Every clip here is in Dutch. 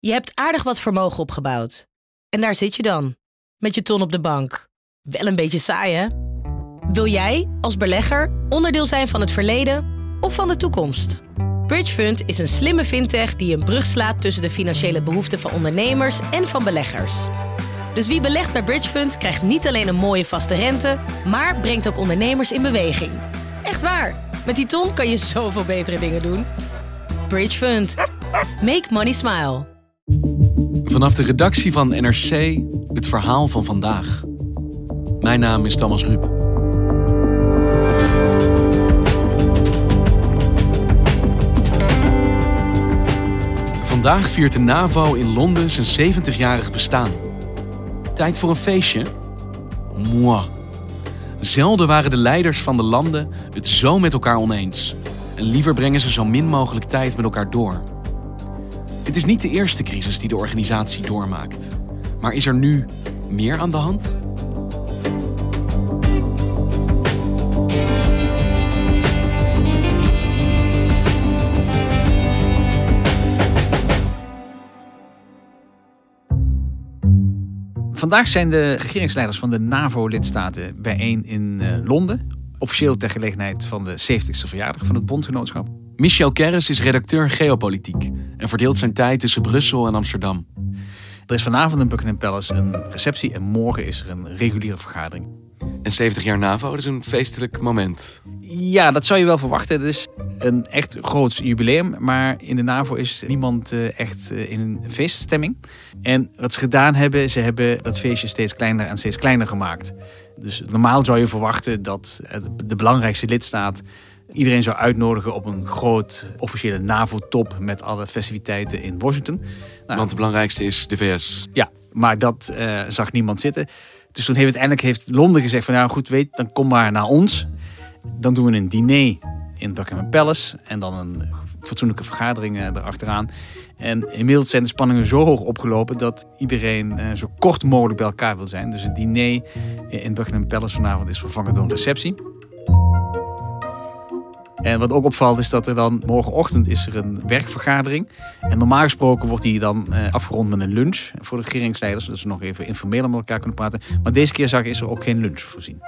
Je hebt aardig wat vermogen opgebouwd. En daar zit je dan, met je ton op de bank. Wel een beetje saai, hè? Wil jij, als belegger, onderdeel zijn van het verleden of van de toekomst? Bridgefund is een slimme fintech die een brug slaat tussen de financiële behoeften van ondernemers en van beleggers. Dus wie belegt bij Bridgefund krijgt niet alleen een mooie vaste rente, maar brengt ook ondernemers in beweging. Echt waar, met die ton kan je zoveel betere dingen doen. Bridgefund. Make money smile. Vanaf de redactie van NRC het verhaal van vandaag. Mijn naam is Thomas Ruip. Vandaag viert de NAVO in Londen zijn 70-jarig bestaan. Tijd voor een feestje? Moi. Zelden waren de leiders van de landen het zo met elkaar oneens. En liever brengen ze zo min mogelijk tijd met elkaar door. Het is niet de eerste crisis die de organisatie doormaakt. Maar is er nu meer aan de hand? Vandaag zijn de regeringsleiders van de NAVO-lidstaten bijeen in Londen. Officieel ter gelegenheid van de 70ste verjaardag van het bondgenootschap. Michel Kerris is redacteur geopolitiek en verdeelt zijn tijd tussen Brussel en Amsterdam. Er is vanavond in Buckingham Palace een receptie en morgen is er een reguliere vergadering. En 70 jaar NAVO, dat is een feestelijk moment. Ja, dat zou je wel verwachten. Het is een echt groot jubileum, maar in de NAVO is niemand echt in een feeststemming. En wat ze gedaan hebben, ze hebben dat feestje steeds kleiner en steeds kleiner gemaakt. Dus normaal zou je verwachten dat de belangrijkste lidstaat iedereen zou uitnodigen op een groot officiële NAVO-top met alle festiviteiten in Washington. Nou, want de belangrijkste is de VS. Ja, maar dat zag niemand zitten. Dus toen heeft Londen gezegd van, nou goed, dan kom maar naar ons. Dan doen we een diner in Buckingham Palace en dan een fatsoenlijke vergadering erachteraan. En inmiddels zijn de spanningen zo hoog opgelopen dat iedereen zo kort mogelijk bij elkaar wil zijn. Dus het diner in Buckingham Palace vanavond is vervangen door een receptie. En wat ook opvalt is dat er dan morgenochtend is er een werkvergadering. En normaal gesproken wordt die dan afgerond met een lunch voor de regeringsleiders. Zodat ze nog even informeel met elkaar kunnen praten. Maar deze keer is er ook geen lunch voorzien.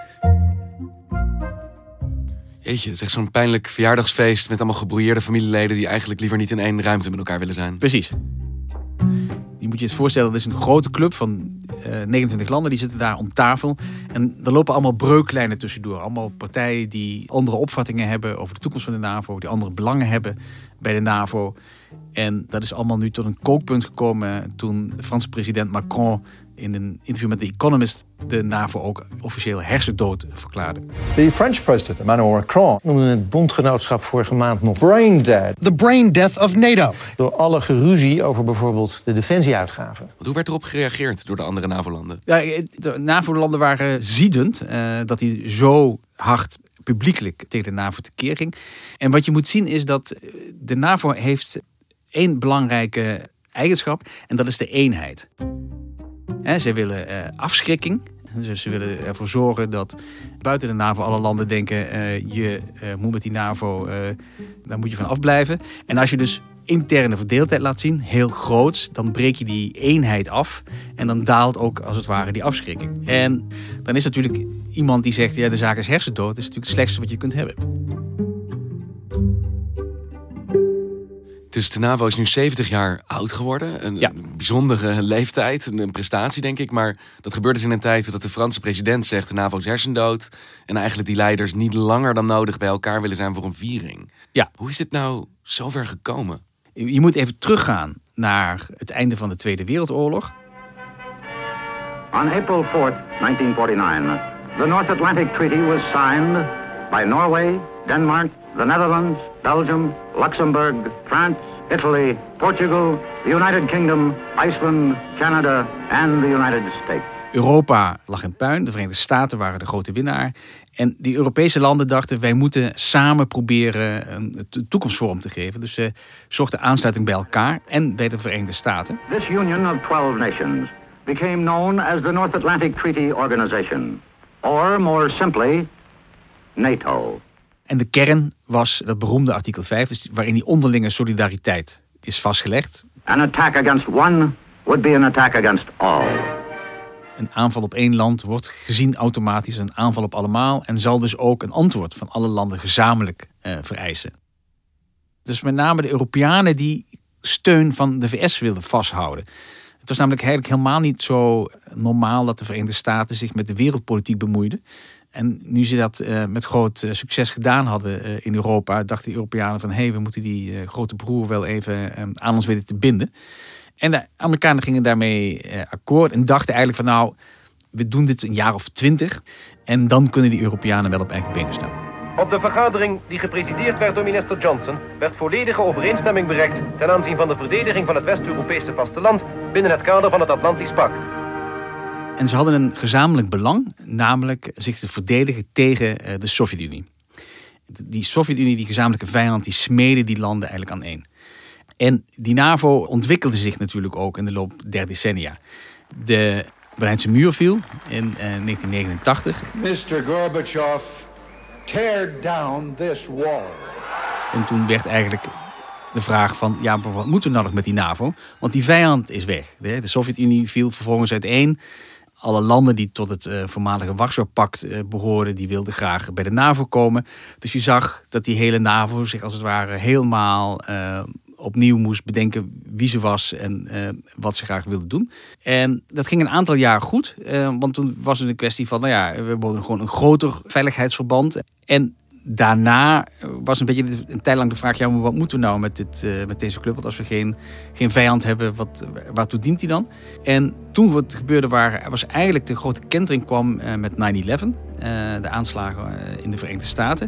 Jeetje, het is echt zo'n pijnlijk verjaardagsfeest met allemaal gebrouilleerde familieleden die eigenlijk liever niet in één ruimte met elkaar willen zijn. Precies. Je moet je het voorstellen, dat is een grote club van 29 landen, die zitten daar om tafel. En er lopen allemaal breuklijnen tussendoor. Allemaal partijen die andere opvattingen hebben over de toekomst van de NAVO, die andere belangen hebben bij de NAVO. En dat is allemaal nu tot een kookpunt gekomen toen de Franse president Macron in een interview met The Economist de NAVO ook officieel hersendood verklaarde. The French president Emmanuel Macron noemde het bondgenootschap vorige maand nog brain dead. The brain death of NATO. Door alle geruzie over bijvoorbeeld de defensieuitgaven. Hoe werd erop gereageerd door de andere NAVO-landen? Ja, de NAVO-landen waren ziedend dat hij zo hard publiekelijk tegen de NAVO tekeer ging. En wat je moet zien is dat de NAVO heeft één belangrijke eigenschap en dat is de eenheid. Ze willen afschrikking. Dus ze willen ervoor zorgen dat buiten de NAVO alle landen denken, je moet met die NAVO, daar moet je van afblijven. En als je dus interne verdeeldheid laat zien, heel groots, dan breek je die eenheid af. En dan daalt ook als het ware die afschrikking. En dan is natuurlijk iemand die zegt, ja, de zaak is hersendood. Dat is natuurlijk het slechtste wat je kunt hebben. Dus de NAVO is nu 70 jaar oud geworden. Een bijzondere leeftijd, een prestatie denk ik. Maar dat gebeurt dus in een tijd dat de Franse president zegt, de NAVO is hersendood. En eigenlijk die leiders niet langer dan nodig bij elkaar willen zijn voor een viering. Ja. Hoe is dit nou zover gekomen? Je moet even teruggaan naar het einde van de Tweede Wereldoorlog. On April 4th, 1949, the North Atlantic Treaty was signed by Norway, Denmark, the Netherlands, Belgium, Luxembourg, France, Italy, Portugal, the United Kingdom, Iceland, Canada and the United States. Europa lag in puin, de Verenigde Staten waren de grote winnaar. En die Europese landen dachten, wij moeten samen proberen een toekomst vorm te geven. Dus ze zochten aansluiting bij elkaar en bij de Verenigde Staten. This union of 12 nations became known as the North Atlantic Treaty Organization, or more simply, NATO. En de kern was dat beroemde artikel 5, dus waarin die onderlinge solidariteit is vastgelegd. An attack against one would be an attack against all. Een aanval op één land wordt gezien automatisch een aanval op allemaal en zal dus ook een antwoord van alle landen gezamenlijk vereisen. Dus met name de Europeanen die steun van de VS wilden vasthouden. Het was namelijk eigenlijk helemaal niet zo normaal dat de Verenigde Staten zich met de wereldpolitiek bemoeiden. En nu ze dat met groot succes gedaan hadden in Europa, dachten de Europeanen van we moeten die grote broer wel even aan ons weten te binden. En de Amerikanen gingen daarmee akkoord en dachten eigenlijk van we doen dit een jaar of 20 en dan kunnen die Europeanen wel op eigen benen staan. Op de vergadering die gepresideerd werd door minister Johnson werd volledige overeenstemming bereikt ten aanzien van de verdediging van het West-Europese vasteland binnen het kader van het Atlantisch Pact. En ze hadden een gezamenlijk belang, namelijk zich te verdedigen tegen de Sovjet-Unie. Die Sovjet-Unie, die gezamenlijke vijand, die smeedde die landen eigenlijk aan één. En die NAVO ontwikkelde zich natuurlijk ook in de loop der decennia. De Berlijnse muur viel in 1989. Mr. Gorbachev, tear down this wall. En toen werd eigenlijk de vraag van, wat moeten we nou nog met die NAVO? Want die vijand is weg. De Sovjet-Unie viel vervolgens uiteen. Alle landen die tot het voormalige Warschau-pact behoorden, die wilden graag bij de NAVO komen. Dus je zag dat die hele NAVO zich als het ware helemaal opnieuw moest bedenken wie ze was en wat ze graag wilde doen. En dat ging een aantal jaar goed, want toen was het een kwestie van, we wilden gewoon een groter veiligheidsverband. En daarna was een beetje een tijd lang de vraag, maar wat moeten we nou met deze club? Want als we geen vijand hebben, waartoe dient die dan? En toen wat gebeurde was eigenlijk de grote kentering kwam met 9/11, de aanslagen in de Verenigde Staten.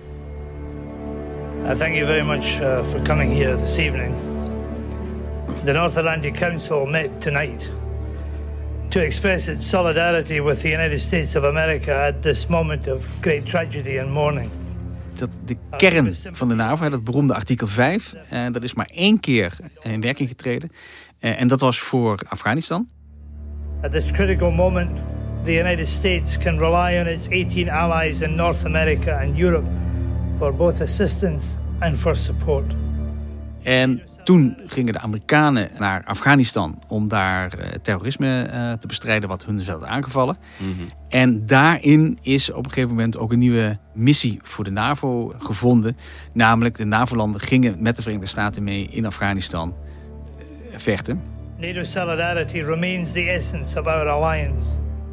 Thank you very much for coming here this evening. The North Atlantic Council met tonight to express its solidarity with the United States of America at this moment of great tragedy and mourning. De kern van de NAVO, dat beroemde artikel 5, dat is maar 1 keer in werking getreden. En dat was voor Afghanistan. At this critical moment, the United States can rely on its 18 allies in North America and Europe for both assistance and for support. En toen gingen de Amerikanen naar Afghanistan om daar terrorisme te bestrijden wat hun werd aangevallen. Mm-hmm. En daarin is op een gegeven moment ook een nieuwe missie voor de NAVO gevonden. Namelijk de NAVO-landen gingen met de Verenigde Staten mee in Afghanistan vechten. NATO solidarity remains the essence of our alliance.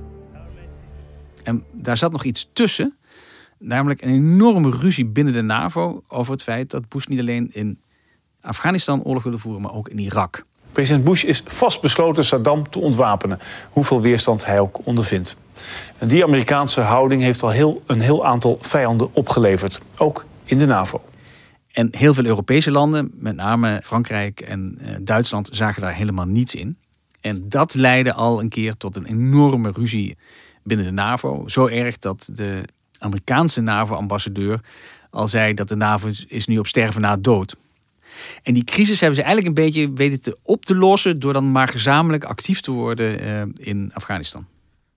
En daar zat nog iets tussen. Namelijk een enorme ruzie binnen de NAVO over het feit dat Bush niet alleen in Afghanistan oorlog wilde voeren, maar ook in Irak. President Bush is vastbesloten Saddam te ontwapenen, hoeveel weerstand hij ook ondervindt. En die Amerikaanse houding heeft al een heel aantal vijanden opgeleverd, ook in de NAVO. En heel veel Europese landen, met name Frankrijk en Duitsland, zagen daar helemaal niets in. En dat leidde al een keer tot een enorme ruzie binnen de NAVO. Zo erg dat de Amerikaanse NAVO-ambassadeur al zei dat de NAVO is nu op sterven na dood. En die crisis hebben ze eigenlijk een beetje weten op te lossen door dan maar gezamenlijk actief te worden in Afghanistan.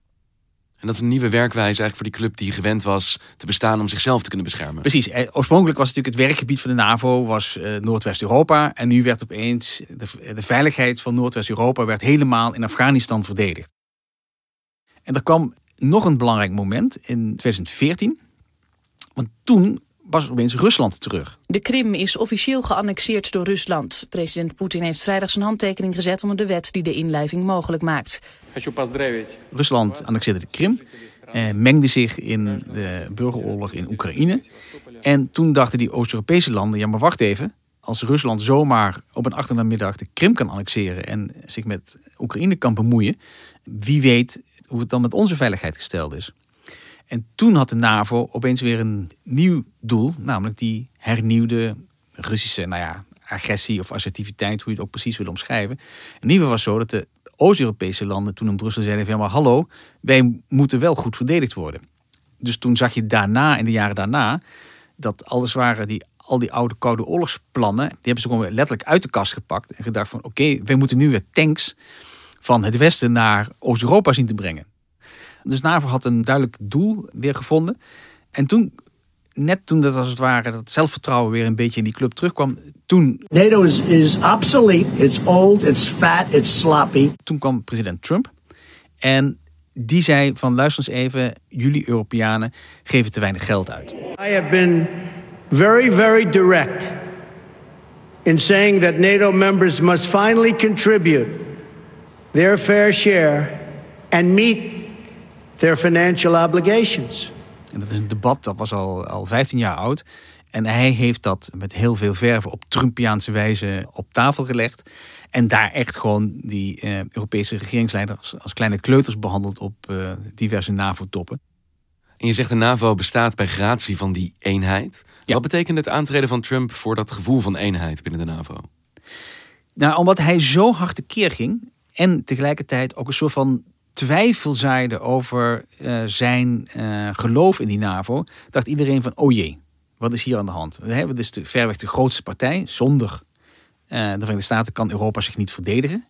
En dat is een nieuwe werkwijze eigenlijk voor die club die gewend was te bestaan om zichzelf te kunnen beschermen. Precies. Oorspronkelijk was natuurlijk het werkgebied van de NAVO was Noordwest-Europa. En nu werd opeens de veiligheid van Noordwest-Europa werd helemaal in Afghanistan verdedigd. En er kwam nog een belangrijk moment in 2014. Want toen was opeens Rusland terug. De Krim is officieel geannexeerd door Rusland. President Poetin heeft vrijdag zijn handtekening gezet onder de wet die de inlijving mogelijk maakt. Rusland annexeerde de Krim en mengde zich in de burgeroorlog in Oekraïne. En toen dachten die Oost-Europese landen, maar wacht even. Als Rusland zomaar op een achtermiddag de Krim kan annexeren en zich met Oekraïne kan bemoeien, wie weet hoe het dan met onze veiligheid gesteld is. En toen had de NAVO opeens weer een nieuw doel, namelijk die hernieuwde Russische agressie of assertiviteit, hoe je het ook precies wil omschrijven. In ieder geval was het zo dat de Oost-Europese landen toen in Brussel zeiden van, maar hallo, wij moeten wel goed verdedigd worden. Dus toen zag je daarna, in de jaren daarna, dat al die oude Koude Oorlogsplannen, die hebben ze gewoon letterlijk uit de kast gepakt en gedacht van oké, wij moeten nu weer tanks van het Westen naar Oost-Europa zien te brengen. Dus NAVO had een duidelijk doel weer gevonden. En toen net toen dat als het ware dat zelfvertrouwen weer een beetje in die club terugkwam, toen... NATO is obsolete, it's old, it's fat, it's sloppy. Toen kwam president Trump en die zei van luister eens even, jullie Europeanen geven te weinig geld uit. I have been very, very direct in saying that NATO members must finally contribute their fair share and meet their financial obligations. En dat is een debat dat was al 15 jaar oud. En hij heeft dat met heel veel verve op Trumpiaanse wijze op tafel gelegd. En daar echt gewoon die Europese regeringsleiders als kleine kleuters behandeld op diverse NAVO-toppen. En je zegt de NAVO bestaat bij gratie van die eenheid. Ja. Wat betekent het aantreden van Trump voor dat gevoel van eenheid binnen de NAVO? Nou, omdat hij zo hard tekeer ging en tegelijkertijd ook een soort van twijfel zaaide over zijn geloof in die NAVO, dacht iedereen van, oh jee, wat is hier aan de hand? We hebben dus verreweg de grootste partij. Zonder de Verenigde Staten kan Europa zich niet verdedigen.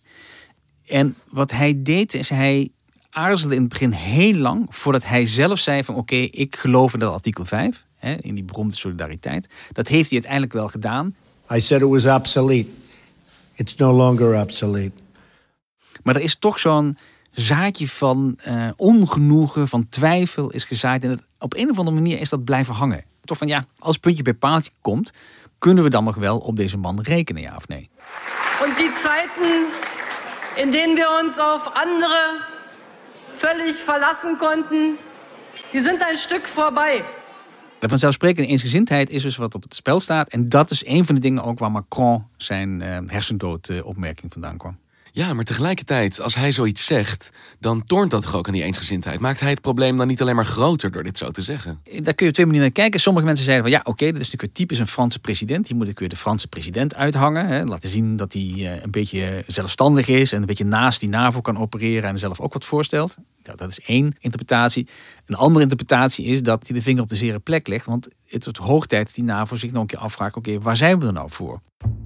En wat hij deed is, hij aarzelde in het begin heel lang voordat hij zelf zei van oké, ik geloof in dat artikel 5, in die beroemde solidariteit. Dat heeft hij uiteindelijk wel gedaan. I said it was obsolete. It's no longer obsolete. Maar er is toch zo'n zaadje van ongenoegen, van twijfel is gezaaid. En op een of andere manier is dat blijven hangen. Toch van ja, als puntje bij paaltje komt, kunnen we dan nog wel op deze man rekenen, ja of nee? En die Zeiten, in denen we ons op andere völlig verlassen konnten, die zijn een stuk voorbij. Vanzelfsprekend eensgezindheid is dus wat op het spel staat. En dat is een van de dingen ook waar Macron zijn hersendoodopmerking vandaan kwam. Ja, maar tegelijkertijd, als hij zoiets zegt, dan toornt dat toch ook aan die eensgezindheid. Maakt hij het probleem dan niet alleen maar groter door dit zo te zeggen? Daar kun je op twee manieren naar kijken. Sommige mensen zeiden van ja, oké, dat is natuurlijk weer typisch een Franse president. Hier moet ik weer de Franse president uithangen. Hè. Laten zien dat hij een beetje zelfstandig is en een beetje naast die NAVO kan opereren en zelf ook wat voorstelt. Ja, dat is één interpretatie. Een andere interpretatie is dat hij de vinger op de zere plek legt. Want het wordt hoog tijd dat die NAVO zich nog een keer afvraagt, oké, waar zijn we er nou voor?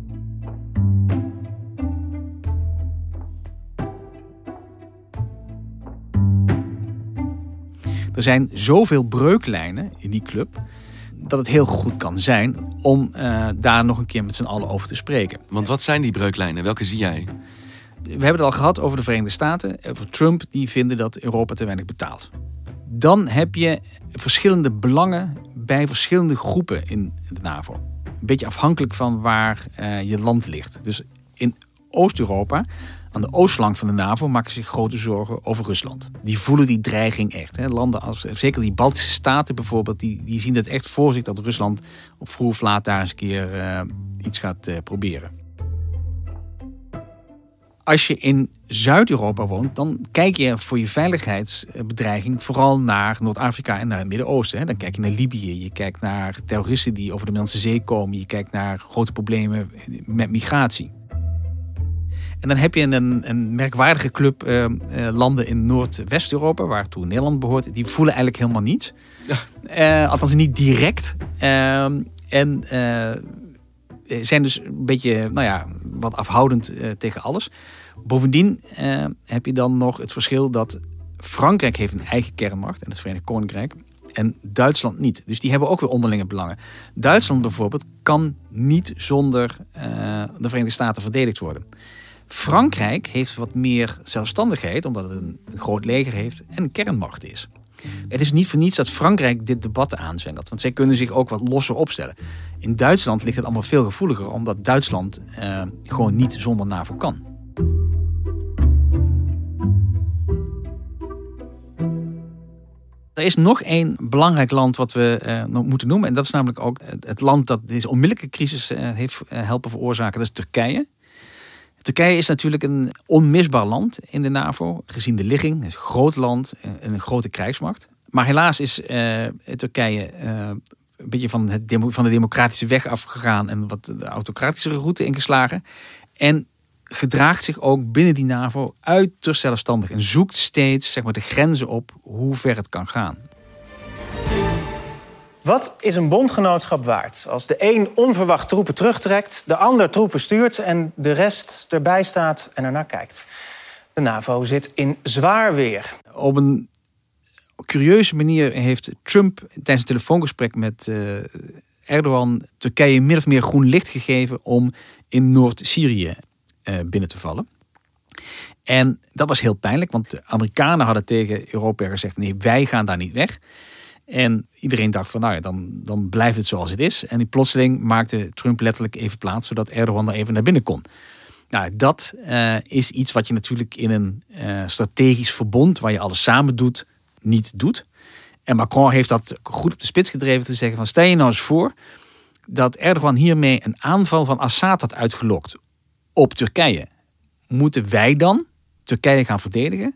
Er zijn zoveel breuklijnen in die club dat het heel goed kan zijn om daar nog een keer met z'n allen over te spreken. Want wat zijn die breuklijnen? Welke zie jij? We hebben het al gehad over de Verenigde Staten. Over Trump, die vinden dat Europa te weinig betaalt. Dan heb je verschillende belangen bij verschillende groepen in de NAVO. Een beetje afhankelijk van waar je land ligt. Dus in Oost-Europa, aan de oostflank van de NAVO, maken zich grote zorgen over Rusland. Die voelen die dreiging echt. Hè. Landen als, zeker die Baltische staten bijvoorbeeld, die zien het echt voor zich dat Rusland op vroeg of laat daar eens een keer iets gaat proberen. Als je in Zuid-Europa woont, dan kijk je voor je veiligheidsbedreiging vooral naar Noord-Afrika en naar het Midden-Oosten. Dan kijk je naar Libië, je kijkt naar terroristen die over de Middellandse Zee komen, je kijkt naar grote problemen met migratie. En dan heb je een merkwaardige club landen in Noordwest-Europa, waartoe Nederland behoort. Die voelen eigenlijk helemaal niets. Ja. Althans niet direct. En zijn dus een beetje wat afhoudend tegen alles. Bovendien heb je dan nog het verschil dat Frankrijk heeft een eigen kernmacht en het Verenigd Koninkrijk. En Duitsland niet. Dus die hebben ook weer onderlinge belangen. Duitsland bijvoorbeeld kan niet zonder de Verenigde Staten verdedigd worden. Frankrijk heeft wat meer zelfstandigheid, omdat het een groot leger heeft en een kernmacht is. Het is niet voor niets dat Frankrijk dit debat aanzwengelt, want zij kunnen zich ook wat losser opstellen. In Duitsland ligt het allemaal veel gevoeliger, omdat Duitsland gewoon niet zonder NAVO kan. Er is nog één belangrijk land wat we nog moeten noemen, en dat is namelijk ook het land dat deze onmiddellijke crisis heeft helpen veroorzaken, dat is Turkije. Turkije is natuurlijk een onmisbaar land in de NAVO, gezien de ligging. Het is een groot land en een grote krijgsmacht. Maar helaas is Turkije een beetje van de democratische weg afgegaan en wat de autocratische route ingeslagen. En gedraagt zich ook binnen die NAVO uiterst zelfstandig en zoekt steeds de grenzen op hoe ver het kan gaan. Wat is een bondgenootschap waard als de een onverwacht troepen terugtrekt, de ander troepen stuurt en de rest erbij staat en ernaar kijkt? De NAVO zit in zwaar weer. Op een curieuze manier heeft Trump tijdens een telefoongesprek met Erdogan Turkije min of meer groen licht gegeven om in Noord-Syrië binnen te vallen. En dat was heel pijnlijk, want de Amerikanen hadden tegen Europa gezegd, nee, wij gaan daar niet weg. En iedereen dacht van, nou ja, dan blijft het zoals het is. En die plotseling maakte Trump letterlijk even plaats, zodat Erdogan er even naar binnen kon. Nou, dat is iets wat je natuurlijk in een strategisch verbond, waar je alles samen doet, niet doet. En Macron heeft dat goed op de spits gedreven te zeggen van, stel je nou eens voor dat Erdogan hiermee een aanval van Assad had uitgelokt op Turkije. Moeten wij dan Turkije gaan verdedigen?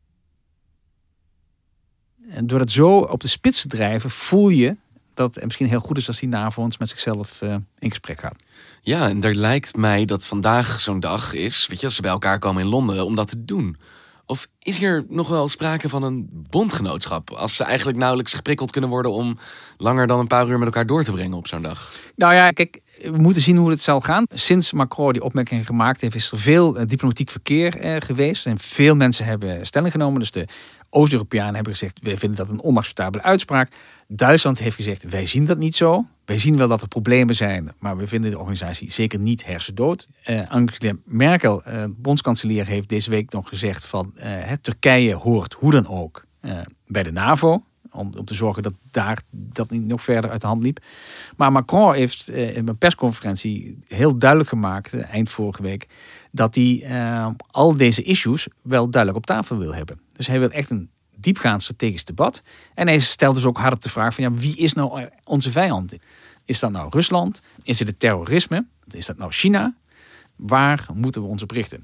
En door dat zo op de spits te drijven, voel je dat het misschien heel goed is als die NAVO ons met zichzelf in gesprek gaat. Ja, en daar lijkt mij dat vandaag zo'n dag is, weet je, als ze bij elkaar komen in Londen, om dat te doen. Of is hier nog wel sprake van een bondgenootschap, als ze eigenlijk nauwelijks geprikkeld kunnen worden om langer dan een paar uur met elkaar door te brengen op zo'n dag? Nou ja, kijk, we moeten zien hoe het zal gaan. Sinds Macron die opmerking gemaakt heeft, is er veel diplomatiek verkeer geweest. En veel mensen hebben stelling genomen. Dus de Oost-Europeanen hebben gezegd, wij vinden dat een onacceptabele uitspraak. Duitsland heeft gezegd, wij zien dat niet zo. Wij zien wel dat er problemen zijn, maar we vinden de organisatie zeker niet hersendood. Angela Merkel, bondskanselier, heeft deze week nog gezegd van Turkije hoort hoe dan ook bij de NAVO. Om te zorgen dat daar dat niet nog verder uit de hand liep. Maar Macron heeft in een persconferentie heel duidelijk gemaakt, eind vorige week, dat hij al deze issues wel duidelijk op tafel wil hebben. Dus hij wil echt een diepgaand strategisch debat. En hij stelt dus ook hardop de vraag van, ja, wie is nou onze vijand? Is dat nou Rusland? Is het terrorisme? Is dat nou China? Waar moeten we ons op richten?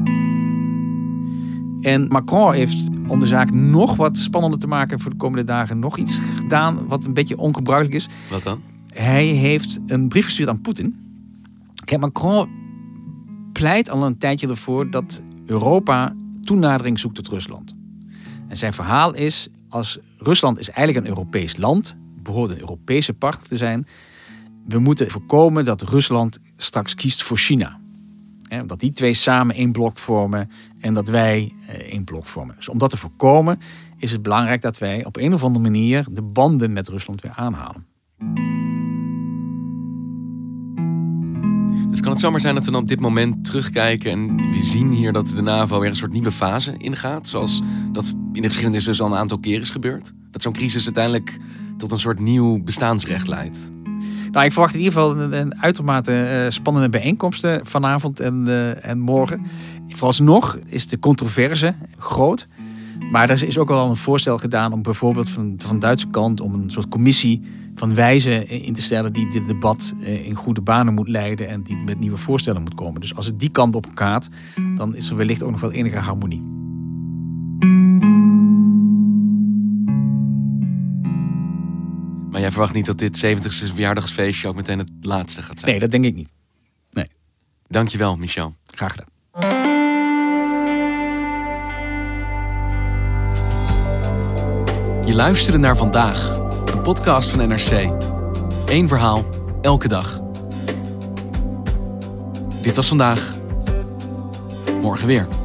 En Macron heeft, om de zaak nog wat spannender te maken voor de komende dagen, nog iets gedaan wat een beetje ongebruikelijk is. Wat dan? Hij heeft een brief gestuurd aan Poetin. Kijk, Macron pleit al een tijdje ervoor dat Europa toenadering zoekt tot Rusland. En zijn verhaal is, als Rusland is eigenlijk een Europees land, behoort een Europese partner te zijn. We moeten voorkomen dat Rusland straks kiest voor China. Dat die twee samen één blok vormen en dat wij één blok vormen. Dus om dat te voorkomen is het belangrijk dat wij op een of andere manier de banden met Rusland weer aanhalen. Dus kan het zomaar zijn dat we dan op dit moment terugkijken en we zien hier dat de NAVO weer een soort nieuwe fase ingaat, zoals dat in de geschiedenis dus al een aantal keer is gebeurd? Dat zo'n crisis uiteindelijk tot een soort nieuw bestaansrecht leidt? Nou, ik verwacht in ieder geval een uitermate spannende bijeenkomsten vanavond en morgen. Vooralsnog is de controverse groot. Maar er is ook al een voorstel gedaan om bijvoorbeeld van de Duitse kant om een soort commissie van wijzen in te stellen die dit debat in goede banen moet leiden en die met nieuwe voorstellen moet komen. Dus als het die kant op gaat, dan is er wellicht ook nog wel enige harmonie. Maar jij verwacht niet dat dit 70ste verjaardagsfeestje ook meteen het laatste gaat zijn? Nee, dat denk ik niet. Nee. Dankjewel, Michel. Graag gedaan. Je luisterde naar Vandaag, een podcast van NRC. Eén verhaal, elke dag. Dit was Vandaag. Morgen weer.